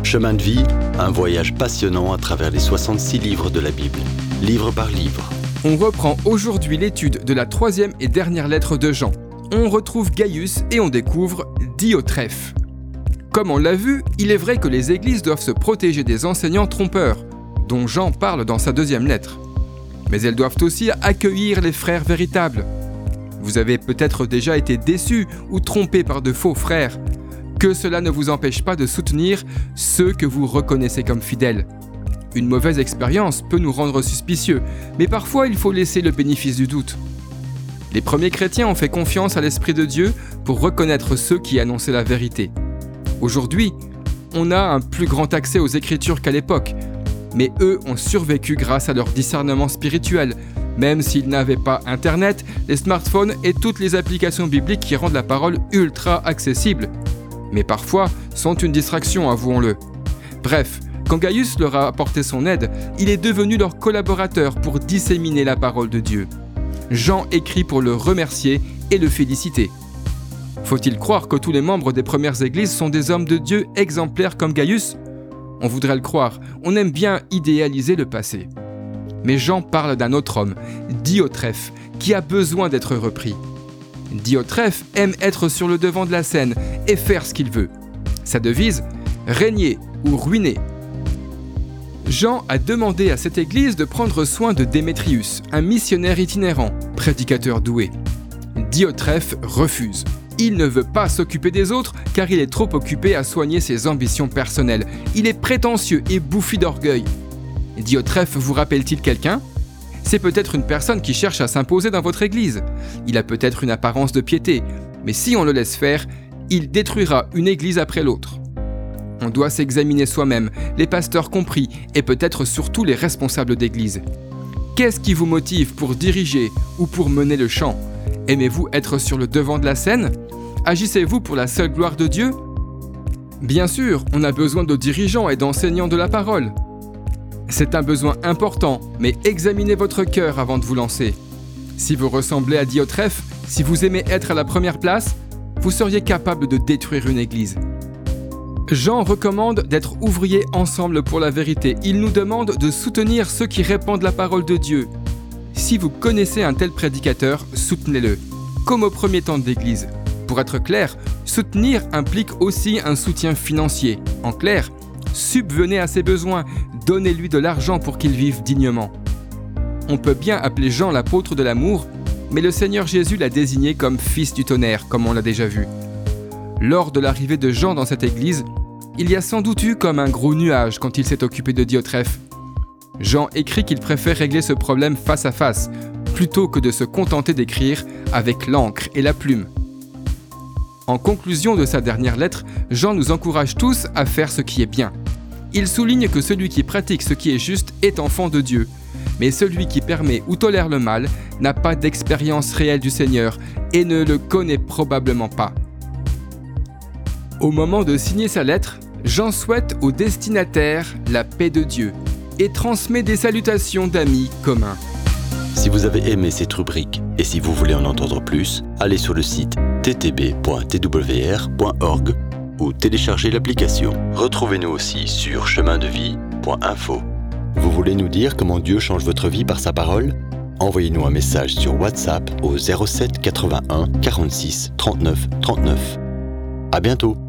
Chemin de vie, un voyage passionnant à travers les 66 livres de la Bible, livre par livre. On reprend aujourd'hui l'étude de la 3e et dernière lettre de Jean. On retrouve Gaius et on découvre Diotrephe. Comme on l'a vu, il est vrai que les églises doivent se protéger des enseignants trompeurs, dont Jean parle dans sa 2e lettre. Mais elles doivent aussi accueillir les frères véritables. Vous avez peut-être déjà été déçus ou trompés par de faux frères. Que cela ne vous empêche pas de soutenir ceux que vous reconnaissez comme fidèles. Une mauvaise expérience peut nous rendre suspicieux, mais parfois il faut laisser le bénéfice du doute. Les premiers chrétiens ont fait confiance à l'Esprit de Dieu pour reconnaître ceux qui annonçaient la vérité. Aujourd'hui, on a un plus grand accès aux Écritures qu'à l'époque, mais eux ont survécu grâce à leur discernement spirituel, même s'ils n'avaient pas Internet, les smartphones et toutes les applications bibliques qui rendent la parole ultra accessible. Mais parfois, sont une distraction, avouons-le. Bref, quand Gaius leur a apporté son aide, il est devenu leur collaborateur pour disséminer la parole de Dieu. Jean écrit pour le remercier et le féliciter. Faut-il croire que tous les membres des premières églises sont des hommes de Dieu exemplaires comme Gaius ? On voudrait le croire, on aime bien idéaliser le passé. Mais Jean parle d'un autre homme, Diotrephe, qui a besoin d'être repris. Diotrephe aime être sur le devant de la scène et faire ce qu'il veut. Sa devise, régner ou ruiner. Jean a demandé à cette église de prendre soin de Démétrius, un missionnaire itinérant, prédicateur doué. Diotrephe refuse. Il ne veut pas s'occuper des autres car il est trop occupé à soigner ses ambitions personnelles. Il est prétentieux et bouffi d'orgueil. Diotrephe vous rappelle-t-il quelqu'un ? C'est peut-être une personne qui cherche à s'imposer dans votre église. Il a peut-être une apparence de piété, mais si on le laisse faire, il détruira une église après l'autre. On doit s'examiner soi-même, les pasteurs compris, et peut-être surtout les responsables d'église. Qu'est-ce qui vous motive pour diriger ou pour mener le chant ? Aimez-vous être sur le devant de la scène ? Agissez-vous pour la seule gloire de Dieu ? Bien sûr, on a besoin de dirigeants et d'enseignants de la parole. C'est un besoin important, mais examinez votre cœur avant de vous lancer. Si vous ressemblez à Diotrephe, si vous aimez être à la première place, vous seriez capable de détruire une église. Jean recommande d'être ouvriers ensemble pour la vérité. Il nous demande de soutenir ceux qui répandent la parole de Dieu. Si vous connaissez un tel prédicateur, soutenez-le, comme au premier temps de l'Église. Pour être clair, soutenir implique aussi un soutien financier. En clair, subvenez à ses besoins, donnez-lui de l'argent pour qu'il vive dignement. On peut bien appeler Jean l'apôtre de l'amour, mais le Seigneur Jésus l'a désigné comme fils du tonnerre, comme on l'a déjà vu. Lors de l'arrivée de Jean dans cette église, il y a sans doute eu comme un gros nuage quand il s'est occupé de Diotrephe. Jean écrit qu'il préfère régler ce problème face à face, plutôt que de se contenter d'écrire avec l'encre et la plume. En conclusion de sa dernière lettre, Jean nous encourage tous à faire ce qui est bien. Il souligne que celui qui pratique ce qui est juste est enfant de Dieu, mais celui qui permet ou tolère le mal n'a pas d'expérience réelle du Seigneur et ne le connaît probablement pas. Au moment de signer sa lettre, Jean souhaite au destinataire la paix de Dieu et transmet des salutations d'amis communs. Si vous avez aimé cette rubrique et si vous voulez en entendre plus, allez sur le site ttb.twr.org ou téléchargez l'application. Retrouvez-nous aussi sur chemindevie.info. Vous voulez nous dire comment Dieu change votre vie par sa parole ? Envoyez-nous un message sur WhatsApp au 07 81 46 39 39. À bientôt.